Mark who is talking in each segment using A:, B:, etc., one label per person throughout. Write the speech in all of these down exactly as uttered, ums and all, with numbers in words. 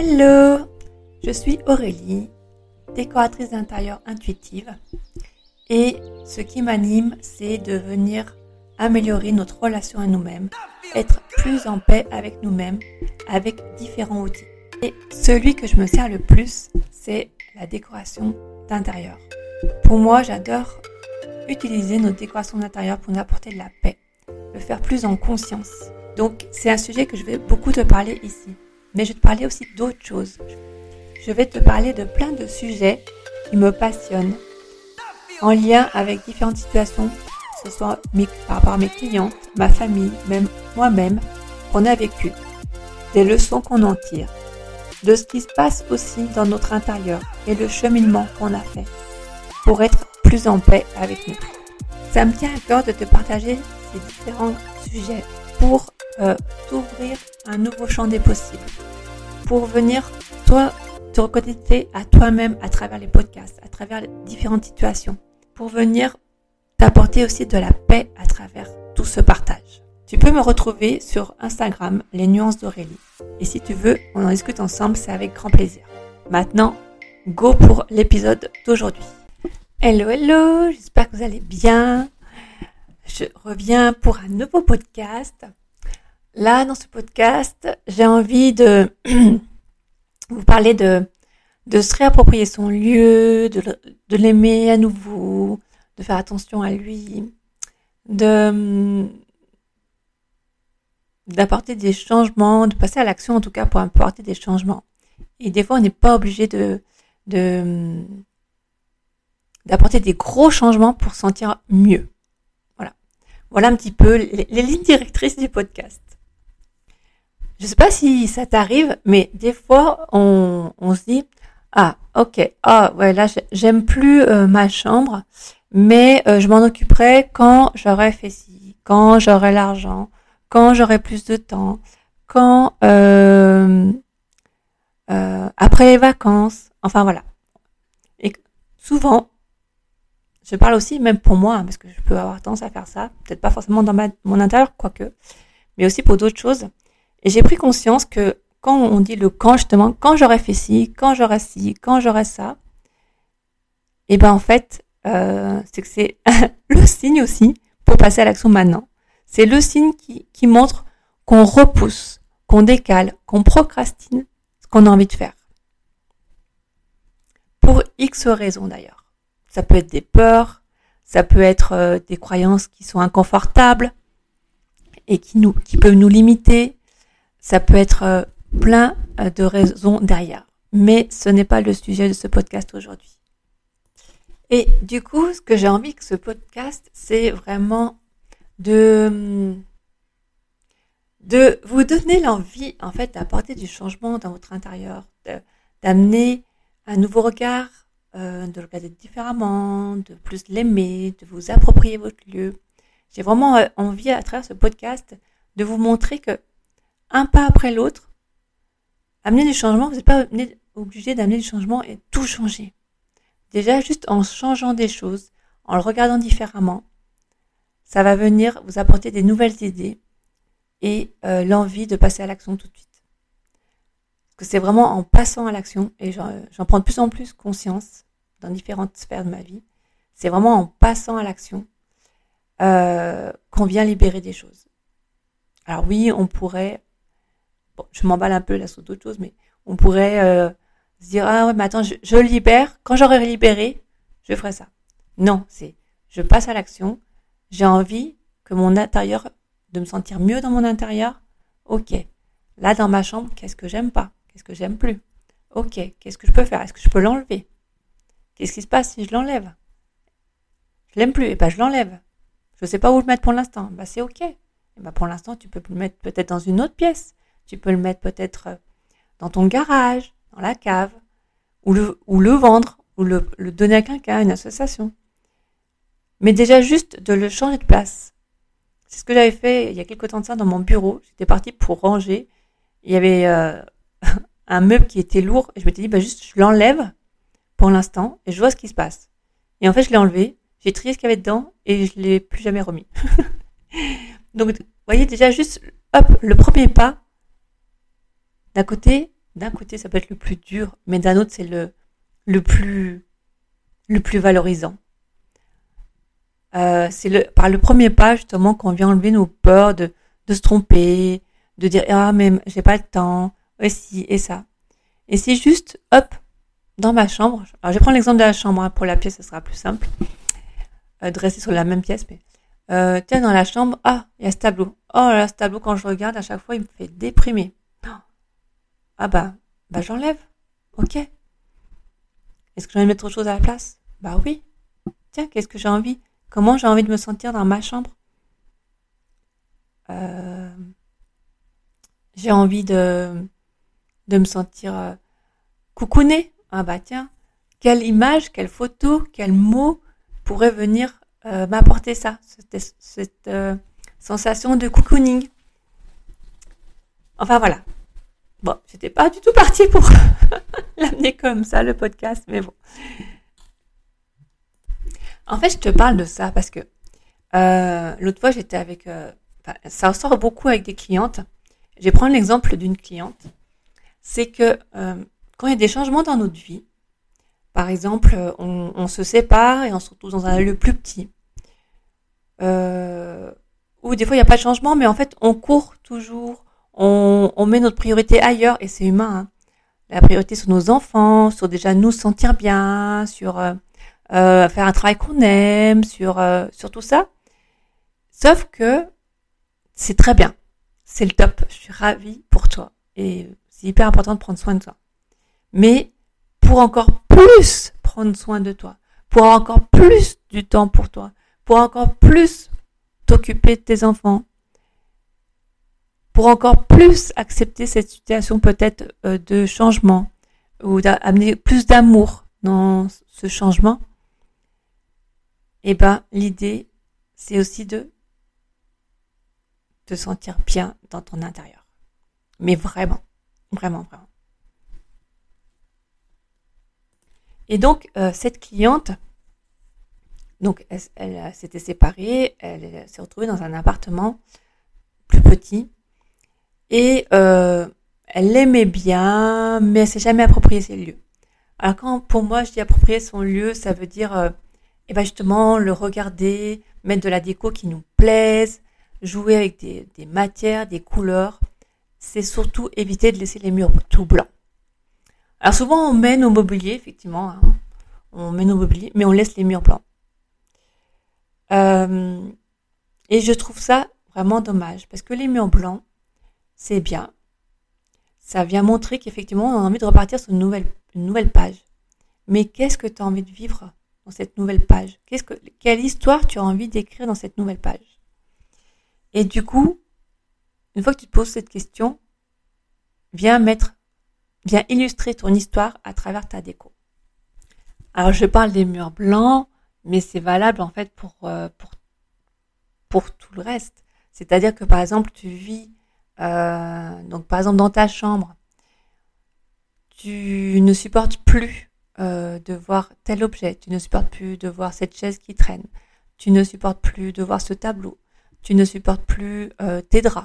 A: Hello, je suis Aurélie, décoratrice d'intérieur intuitive et ce qui m'anime, c'est de venir améliorer notre relation à nous-mêmes, être plus en paix avec nous-mêmes, avec différents outils. Et celui que je me sers le plus, c'est la décoration d'intérieur. Pour moi, j'adore utiliser notre décoration d'intérieur pour nous apporter de la paix, le faire plus en conscience. Donc, c'est un sujet que je vais beaucoup te parler ici. Mais je vais te parler aussi d'autres choses. Je vais te parler de plein de sujets qui me passionnent, en lien avec différentes situations, que ce soit mes, par rapport à mes clientes, ma famille, même moi-même, qu'on a vécu, des leçons qu'on en tire, de ce qui se passe aussi dans notre intérieur et le cheminement qu'on a fait pour être plus en paix avec nous. Ça me tient à cœur de te partager ces différents sujets pour euh, t'ouvrir un nouveau champ des possibles, pour venir, toi, te reconnecter à toi-même à travers les podcasts, à travers les différentes situations, pour venir t'apporter aussi de la paix à travers tout ce partage. Tu peux me retrouver sur Instagram, les nuances d'Aurélie. Et si tu veux, on en discute ensemble, c'est avec grand plaisir. Maintenant, go pour l'épisode d'aujourd'hui. Hello, hello, j'espère que vous allez bien. Je reviens pour un nouveau podcast. Là, dans ce podcast, j'ai envie de vous parler de, de se réapproprier son lieu, de, de l'aimer à nouveau, de faire attention à lui, de, d'apporter des changements, de passer à l'action en tout cas pour apporter des changements. Et des fois, on n'est pas obligé de, de, d'apporter des gros changements pour se sentir mieux. Voilà. Voilà un petit peu les, les lignes directrices du podcast. Je sais pas si ça t'arrive, mais des fois, on, on se dit, ah, ok, ah, ouais, là, j'aime plus euh, ma chambre, mais euh, je m'en occuperai quand j'aurai fait ci, quand j'aurai l'argent, quand j'aurai plus de temps, quand, euh, euh, après les vacances, enfin voilà. Et souvent, je parle aussi, même pour moi, hein, parce que je peux avoir tendance à faire ça, peut-être pas forcément dans ma, mon intérieur, quoique, mais aussi pour d'autres choses. Et j'ai pris conscience que quand on dit le quand, justement, quand j'aurais fait ci, quand j'aurais ci, quand j'aurais ça, et ben en fait, euh, c'est que c'est le signe aussi pour passer à l'action maintenant. C'est le signe qui, qui montre qu'on repousse, qu'on décale, qu'on procrastine ce qu'on a envie de faire. Pour X raisons d'ailleurs. Ça peut être des peurs, ça peut être euh, des croyances qui sont inconfortables et qui nous, qui peuvent nous limiter. Ça peut être euh, plein euh, de raisons derrière. Mais ce n'est pas le sujet de ce podcast aujourd'hui. Et du coup, ce que j'ai envie que ce podcast, c'est vraiment de, de vous donner l'envie, en fait, d'apporter du changement dans votre intérieur, de, d'amener un nouveau regard, euh, de le regarder différemment, de plus l'aimer, de vous approprier votre lieu. J'ai vraiment euh, envie, à travers ce podcast, de vous montrer que un pas après l'autre, amener du changement, vous n'êtes pas obligé d'amener du changement et tout changer. Déjà, juste en changeant des choses, en le regardant différemment, ça va venir vous apporter des nouvelles idées et euh, l'envie de passer à l'action tout de suite. Parce que c'est vraiment en passant à l'action, et j'en, j'en prends de plus en plus conscience dans différentes sphères de ma vie, c'est vraiment en passant à l'action euh, qu'on vient libérer des choses. Alors oui, on pourrait... Bon, je m'emballe un peu là sur d'autres choses, mais on pourrait euh, se dire, ah ouais, mais attends, je, je libère, quand j'aurai libéré, je ferai ça. Non, c'est, je passe à l'action, j'ai envie que mon intérieur, de me sentir mieux dans mon intérieur, ok, là dans ma chambre, qu'est-ce que j'aime pas, qu'est-ce que j'aime plus, ok, qu'est-ce que je peux faire, est-ce que je peux l'enlever, qu'est-ce qui se passe si je l'enlève, je l'aime plus, et ben je l'enlève, je sais pas où le mettre pour l'instant, bah c'est ok, et ben pour l'instant tu peux le mettre peut-être dans une autre pièce. Tu peux le mettre peut-être dans ton garage, dans la cave, ou le, ou le vendre, ou le, le donner à quelqu'un, à une association. Mais déjà juste de le changer de place. C'est ce que j'avais fait il y a quelques temps de ça dans mon bureau. J'étais partie pour ranger. Il y avait euh, un meuble qui était lourd. Et je m'étais dit, bah juste je l'enlève pour l'instant et je vois ce qui se passe. Et en fait, je l'ai enlevé. J'ai trié ce qu'il y avait dedans et je ne l'ai plus jamais remis. Donc, vous voyez déjà juste, hop, le premier pas, d'un côté, d'un côté, ça peut être le plus dur, mais d'un autre, c'est le, le plus, le plus valorisant. Euh, c'est le, par le premier pas, justement, qu'on vient enlever nos peurs de, de se tromper, de dire, ah, mais j'ai pas le temps, et si, et ça. Et c'est juste, hop, dans ma chambre. Alors, je vais prendre l'exemple de la chambre, hein, pour la pièce, ce sera plus simple, euh, de rester sur la même pièce, mais, euh, tiens, dans la chambre, ah, il y a ce tableau. Oh là, ce tableau, quand je regarde, à chaque fois, il me fait déprimer. Ah bah, bah j'enlève. Ok. Est-ce que j'ai envie de mettre autre chose à la place? Bah oui. Tiens, qu'est-ce que j'ai envie? Comment j'ai envie de me sentir dans ma chambre? euh, J'ai envie de, de me sentir euh, coucounée. Ah bah tiens, quelle image, quelle photo, quel mot pourrait venir euh, m'apporter ça, cette, cette euh, sensation de cocooning. Enfin voilà. Bon, j'étais pas du tout partie pour l'amener comme ça, le podcast, mais bon. En fait, je te parle de ça parce que euh, l'autre fois, j'étais avec... Euh, ça ressort beaucoup avec des clientes. Je vais prendre l'exemple d'une cliente. C'est que euh, quand il y a des changements dans notre vie, par exemple, on, on se sépare et on se retrouve dans un lieu plus petit, euh, ou des fois, il n'y a pas de changement, mais en fait, on court toujours, on, on met notre priorité ailleurs, et c'est humain, hein. La priorité sur nos enfants, sur déjà nous sentir bien, sur euh, euh, faire un travail qu'on aime, sur, euh, sur tout ça. Sauf que c'est très bien, c'est le top, je suis ravie pour toi, et c'est hyper important de prendre soin de toi. Mais pour encore plus prendre soin de toi, pour encore plus du temps pour toi, pour encore plus t'occuper de tes enfants, pour encore plus accepter cette situation peut-être euh, de changement ou d'amener plus d'amour dans ce changement, eh ben l'idée c'est aussi de te sentir bien dans ton intérieur. Mais vraiment, vraiment, vraiment. Et donc euh, cette cliente, donc elle, elle s'était séparée, elle, elle s'est retrouvée dans un appartement plus petit. Et euh, elle l'aimait bien, mais elle s'est jamais approprié ses lieux. Alors quand pour moi je dis approprier son lieu, ça veut dire euh, eh ben justement le regarder, mettre de la déco qui nous plaise, jouer avec des, des matières, des couleurs. C'est surtout éviter de laisser les murs tout blancs. Alors souvent on met nos mobiliers, effectivement, hein, on met nos mobiliers, mais on laisse les murs blancs. Euh, et je trouve ça vraiment dommage, parce que les murs blancs, c'est bien. Ça vient montrer qu'effectivement, on a envie de repartir sur une nouvelle, une nouvelle page. Mais qu'est-ce que tu as envie de vivre dans cette nouvelle page? Qu'est-ce que, quelle histoire tu as envie d'écrire dans cette nouvelle page? Et du coup, une fois que tu te poses cette question, viens mettre, viens illustrer ton histoire à travers ta déco. Alors, je parle des murs blancs, mais c'est valable en fait pour, euh, pour, pour tout le reste. C'est-à-dire que par exemple, tu vis Euh, donc par exemple dans ta chambre, tu ne supportes plus euh, de voir tel objet, tu ne supportes plus de voir cette chaise qui traîne, tu ne supportes plus de voir ce tableau, tu ne supportes plus euh, tes draps.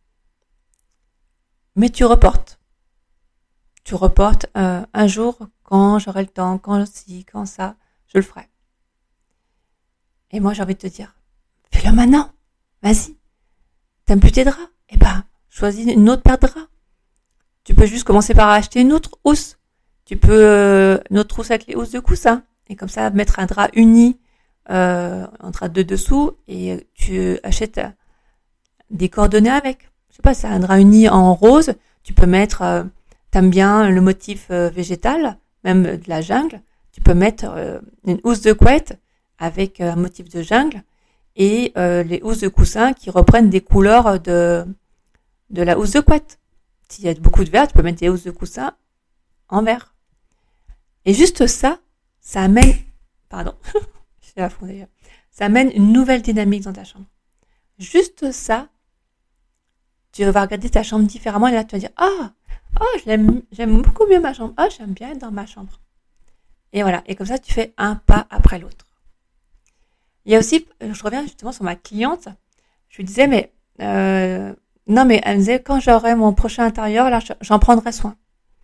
A: Mais tu reportes. Tu reportes euh, un jour, quand j'aurai le temps, quand ci, quand ça, je le ferai. Et moi j'ai envie de te dire, fais-le maintenant, vas-y. T'aimes plus tes draps? Eh ben, choisis une autre paire de draps. Tu peux juste commencer par acheter une autre housse. Tu peux euh, une autre housse avec les housses de coussin. Et comme ça, mettre un drap uni, euh, un drap de dessous, et tu achètes des coordonnées avec. Je sais pas, c'est un drap uni en rose. Tu peux mettre, euh, t'aimes bien le motif euh, végétal, même de la jungle. Tu peux mettre euh, une housse de couette avec euh, un motif de jungle et euh, les housses de coussin qui reprennent des couleurs de de la housse de couette. S'il y a beaucoup de vert, tu peux mettre des housses de coussin en vert. Et juste ça, ça amène, pardon, je suis à fond d'ailleurs, ça amène une nouvelle dynamique dans ta chambre. Juste ça, tu vas regarder ta chambre différemment et là tu vas dire, ah, oh, je l'aime, j'aime beaucoup mieux ma chambre. Ah, oh, j'aime bien être dans ma chambre. Et voilà. Et comme ça, tu fais un pas après l'autre. Il y a aussi, je reviens justement sur ma cliente, je lui disais, mais, euh, non, mais elle me disait, quand j'aurai mon prochain intérieur, là, j'en prendrai soin.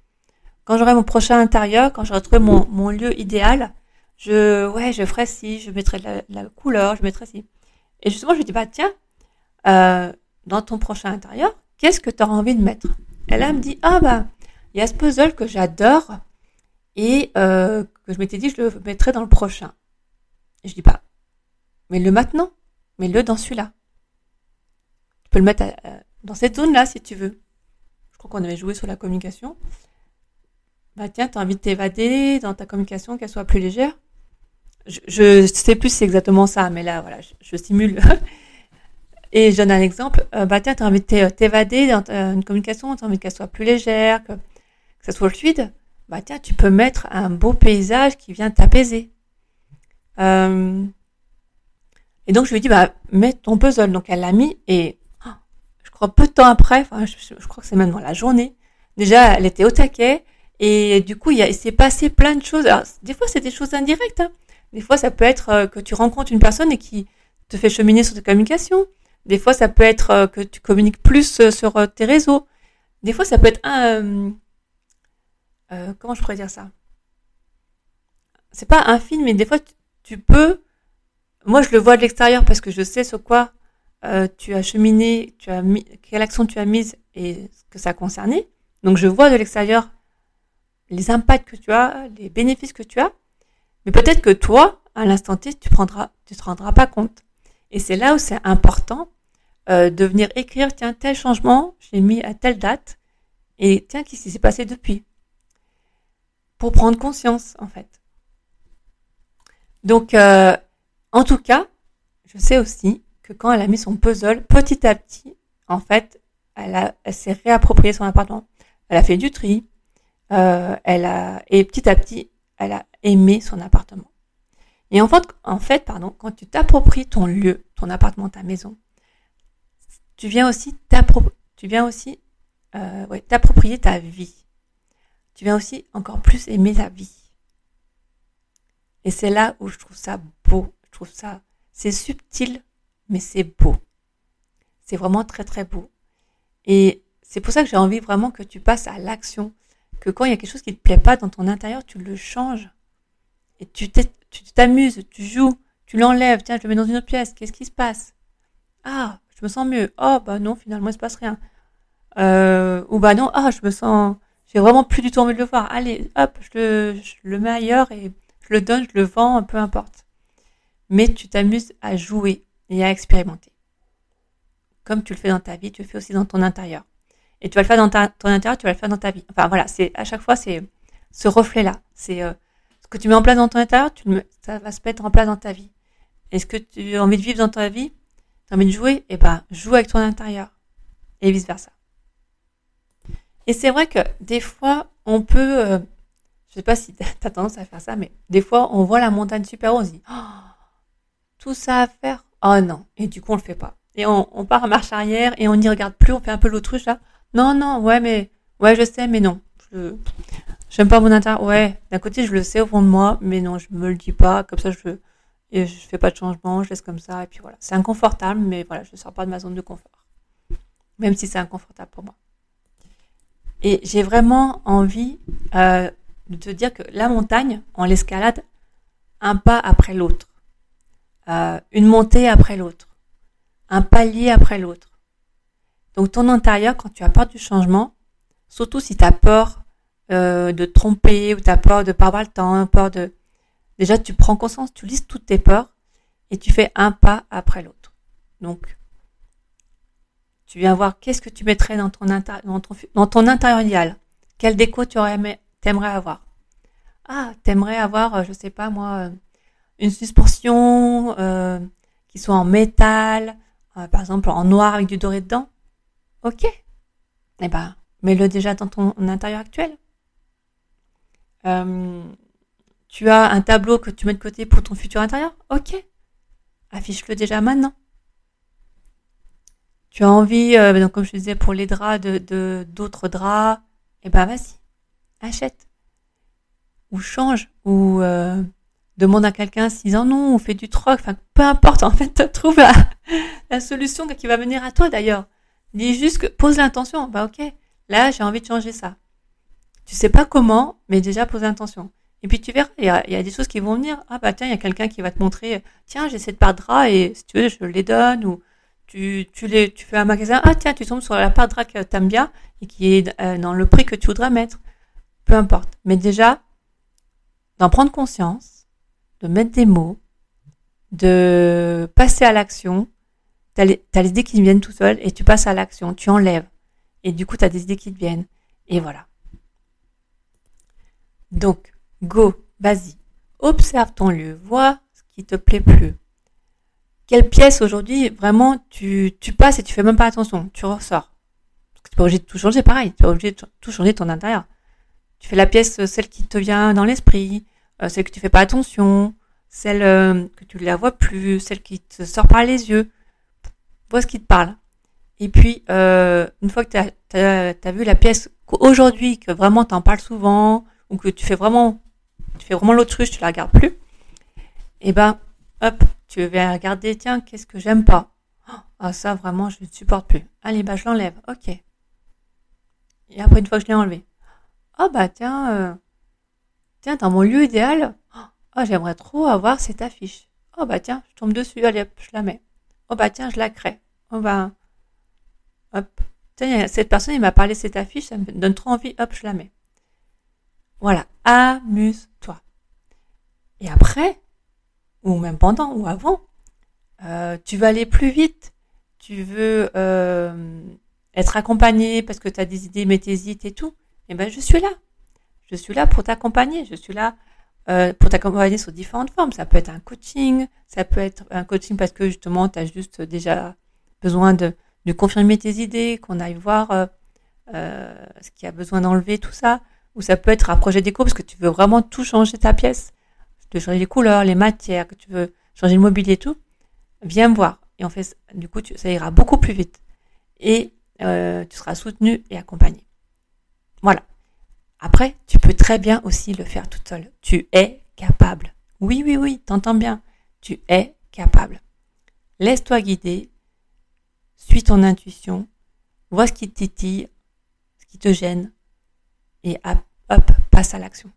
A: quand j'aurai mon prochain intérieur, quand j'aurai trouvé mon, mon lieu idéal, je, ouais, je ferai ci, je mettrai de la, de la couleur, je mettrai ci. Et justement, je lui dis, bah, tiens, euh, dans ton prochain intérieur, qu'est-ce que tu auras envie de mettre? Et là, elle me dit, ah, bah, il y a ce puzzle que j'adore et euh, que je m'étais dit, je le mettrai dans le prochain. Et je dis, bah, mets-le maintenant, mets-le dans celui-là. Tu peux le mettre à, à, dans cette zone-là, si tu veux. Je crois qu'on avait joué sur la communication. Bah, tiens, tu as envie de t'évader dans ta communication, qu'elle soit plus légère. Je, je sais plus si c'est exactement ça, mais là, voilà, je, je simule. Et je donne un exemple. Euh, bah, tiens, tu as envie de t'évader dans ta, une communication, tu as envie qu'elle soit plus légère, que, que ça soit fluide. Bah, tiens, tu peux mettre un beau paysage qui vient t'apaiser. Euh, et donc, je lui dis, bah, mets ton puzzle. Donc, elle l'a mis et oh, je crois peu de temps après, enfin, je, je crois que c'est même dans la journée, déjà, elle était au taquet et du coup, il, y a, il s'est passé plein de choses. Alors, des fois, c'est des choses indirectes. Hein. Des fois, ça peut être euh, que tu rencontres une personne et qui te fait cheminer sur tes communications. Des fois, ça peut être euh, que tu communiques plus euh, sur euh, tes réseaux. Des fois, ça peut être un... Euh, euh, comment je pourrais dire ça? C'est pas un film, mais des fois, tu, tu peux... Moi, je le vois de l'extérieur parce que je sais sur quoi euh, tu as cheminé, tu as mis, quelle action tu as mise et ce que ça a concerné. Donc, je vois de l'extérieur les impacts que tu as, les bénéfices que tu as. Mais peut-être que toi, à l'instant T, tu prendras, tu te rendras pas compte. Et c'est là où c'est important euh, de venir écrire, tiens, tel changement, j'ai mis à telle date, et tiens, qu'est-ce qui s'est passé depuis? Pour prendre conscience, en fait. Donc, euh, en tout cas, je sais aussi que quand elle a mis son puzzle, petit à petit, en fait, elle, a, elle s'est réappropriée son appartement. Elle a fait du tri, euh, elle a, et petit à petit, elle a aimé son appartement. Et en fait, en fait, pardon, quand tu t'appropries ton lieu, ton appartement, ta maison, tu viens aussi t'approprier, tu viens aussi, euh, ouais, t'approprier ta vie. Tu viens aussi encore plus aimer la vie. Et c'est là où je trouve ça beau. Je trouve ça, c'est subtil, mais c'est beau. C'est vraiment très très beau. Et c'est pour ça que j'ai envie vraiment que tu passes à l'action. Que quand il y a quelque chose qui te plaît pas dans ton intérieur, tu le changes. Et tu tu t'amuses, tu joues, tu l'enlèves. Tiens, je le mets dans une autre pièce. Qu'est-ce qui se passe? Ah, je me sens mieux. Oh, bah non, finalement, il se passe rien. Euh, ou bah non, ah, je me sens, j'ai vraiment plus du tout envie de le voir. Allez, hop, je le, je le mets ailleurs et je le donne, je le vends, peu importe. Mais tu t'amuses à jouer et à expérimenter. Comme tu le fais dans ta vie, tu le fais aussi dans ton intérieur. Et tu vas le faire dans ta, ton intérieur, tu vas le faire dans ta vie. Enfin voilà, c'est à chaque fois c'est ce reflet-là. C'est euh, ce que tu mets en place dans ton intérieur, tu le, ça va se mettre en place dans ta vie. Est-ce que tu as envie de vivre dans ta vie? Tu as envie de jouer? Eh ben, joue avec ton intérieur. Et vice versa. Et c'est vrai que des fois, on peut, euh, je sais pas si tu as tendance à faire ça, mais des fois, on voit la montagne super haut, on se dit, oh, tout ça à faire? Oh non. Et du coup, on le fait pas. Et on, on part en marche arrière et on n'y regarde plus, on fait un peu l'autruche là. Non, non, ouais, mais, ouais, je sais, mais non. Je, j'aime pas mon intérieur. Ouais, d'un côté, je le sais au fond de moi, mais non, je me le dis pas. Comme ça, je, et je fais pas de changement, je laisse comme ça, et puis voilà. C'est inconfortable, mais voilà, je sors pas de ma zone de confort. Même si c'est inconfortable pour moi. Et j'ai vraiment envie euh, de te dire que la montagne, on l'escalade un pas après l'autre. Euh, une montée après l'autre. Un palier après l'autre. Donc ton intérieur, quand tu as peur du changement, surtout si tu as peur euh, de te tromper, ou tu as peur de ne pas avoir le temps, peur de... Déjà, tu prends conscience, tu listes toutes tes peurs, et tu fais un pas après l'autre. Donc, tu viens voir qu'est-ce que tu mettrais dans ton, inter- dans ton, dans ton intérieur idéal. Quelle déco tu aurais aimé, t'aimerais avoir? Ah, t'aimerais avoir, je sais pas moi, une suspension euh, qui soit en métal, euh, par exemple en noir avec du doré dedans. Ok. Eh ben, mets-le déjà dans ton intérieur actuel. Euh, tu as un tableau que tu mets de côté pour ton futur intérieur. Ok. Affiche-le déjà maintenant. Tu as envie, euh, donc comme je te disais, pour les draps, de, de d'autres draps, eh ben vas-y, achète. Ou change, ou euh, demande à quelqu'un s'ils en ont, ou fais du troc, enfin peu importe, en fait, trouve la, la solution qui va venir à toi d'ailleurs. Dis juste que, pose l'intention, bah ok, là j'ai envie de changer ça. Tu sais pas comment, mais déjà poser intention. Et puis tu verras, il y a, il y a des choses qui vont venir. Ah bah tiens, il y a quelqu'un qui va te montrer, tiens, j'ai cette paire de draps et si tu veux, je les donne. Ou tu, tu, les, tu fais un magasin, ah tiens, tu tombes sur la paire de draps que t'aimes bien et qui est euh, dans le prix que tu voudrais mettre. Peu importe. Mais déjà, d'en prendre conscience, de mettre des mots, de passer à l'action. T'as les, t'as les idées qui viennent tout seul et tu passes à l'action, tu enlèves. Et du coup, t'as des idées qui te viennent. Et voilà. Donc, go, vas-y. Observe ton lieu, vois ce qui te plaît plus. Quelle pièce aujourd'hui, vraiment, tu, tu passes et tu fais même pas attention, tu ressors. Parce que tu n'es pas obligé de tout changer, pareil, tu n'es pas obligé de tout changer de ton intérieur. Tu fais la pièce, celle qui te vient dans l'esprit, euh, celle que tu fais pas attention, celle euh, que tu ne la vois plus, celle qui te sort par les yeux. Vois ce qui te parle. Et puis, euh, une fois que tu as vu la pièce qu'aujourd'hui, que vraiment tu en parles souvent, ou que tu fais vraiment, tu fais vraiment l'autruche, tu la regardes plus, et ben, hop, tu vas regarder, tiens, qu'est-ce que j'aime pas? Ah, ça, vraiment, je ne supporte plus. Allez, bah, je l'enlève. Ok. Et après, une fois que je l'ai enlevé, ah, bah, tiens, euh, tiens, dans mon lieu idéal, oh, j'aimerais trop avoir cette affiche. Oh, bah, tiens, je tombe dessus, allez, hop, je la mets. Oh, bah, tiens, je la crée. Oh, bah, hop. Tiens, cette personne, il m'a parlé de cette affiche, ça me donne trop envie, hop, je la mets. Voilà, amuse-toi. Et après, ou même pendant ou avant, euh, tu vas aller plus vite, tu veux euh, être accompagné parce que tu as des idées mais t'hésites et tout, et ben je suis là. Je suis là pour t'accompagner, je suis là euh, pour t'accompagner sous différentes formes. Ça peut être un coaching, ça peut être un coaching parce que justement tu as juste déjà besoin de, de confirmer tes idées, qu'on aille voir euh, euh, ce qu'il y a besoin d'enlever, tout ça. Ou ça peut être un projet déco parce que tu veux vraiment tout changer ta pièce. Tu veux changer les couleurs, les matières, que tu veux changer le mobilier et tout. Viens me voir. Et en fait, du coup, tu, ça ira beaucoup plus vite. Et euh, tu seras soutenu et accompagné. Voilà. Après, tu peux très bien aussi le faire toute seule. Tu es capable. Oui, oui, oui, t'entends bien. Tu es capable. Laisse-toi guider. Suis ton intuition. Vois ce qui te titille, ce qui te gêne. Et hop, hop, passe à l'action.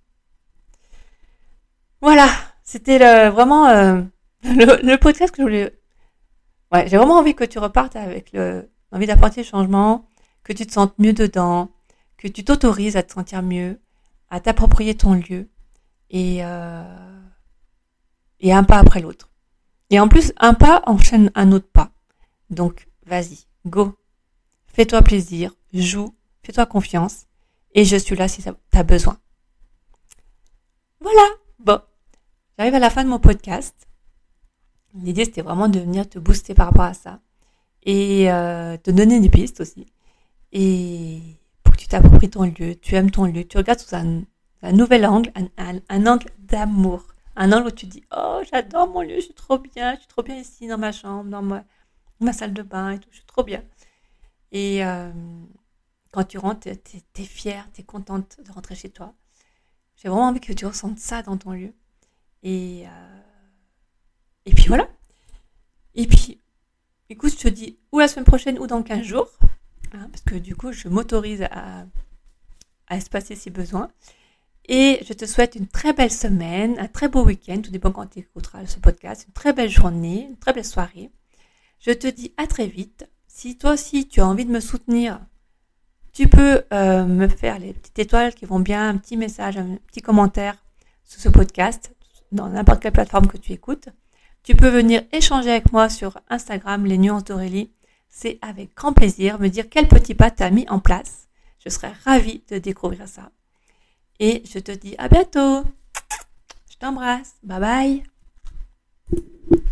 A: Voilà, c'était le, vraiment euh, le, le podcast que je voulais... Ouais, j'ai vraiment envie que tu repartes avec le, l'envie d'apporter le changement, que tu te sentes mieux dedans, que tu t'autorises à te sentir mieux, à t'approprier ton lieu, et, euh, et un pas après l'autre. Et en plus, un pas enchaîne un autre pas. Donc, vas-y, go. Fais-toi plaisir, joue, fais-toi confiance. Et je suis là si tu as besoin. Voilà. Bon. J'arrive à la fin de mon podcast. L'idée, c'était vraiment de venir te booster par rapport à ça. Et euh, te donner des pistes aussi. Et pour que tu t'appropries ton lieu, tu aimes ton lieu, tu regardes sous un, un nouvel angle, un, un, un angle d'amour. Un angle où tu dis, oh, j'adore mon lieu, je suis trop bien, je suis trop bien ici dans ma chambre, dans ma, ma salle de bain et tout, je suis trop bien. Et... Euh, quand tu rentres, t'es, t'es fière, t'es contente de rentrer chez toi. J'ai vraiment envie que tu ressentes ça dans ton lieu. Et, euh, et puis voilà. Et puis, écoute, je te dis ou la semaine prochaine ou dans quinze jours. Hein, parce que du coup, je m'autorise à, à espacer si besoin. Et je te souhaite une très belle semaine, un très beau week-end. Tout dépend quand tu écouteras ce podcast. Une très belle journée, une très belle soirée. Je te dis à très vite. Si toi aussi, tu as envie de me soutenir, tu peux euh, me faire les petites étoiles qui vont bien, un petit message, un petit commentaire sur ce podcast, dans n'importe quelle plateforme que tu écoutes. Tu peux venir échanger avec moi sur Instagram, les nuances d'Aurélie. C'est avec grand plaisir, me dire quel petit pas tu as mis en place. Je serais ravie de découvrir ça. Et je te dis à bientôt. Je t'embrasse. Bye bye.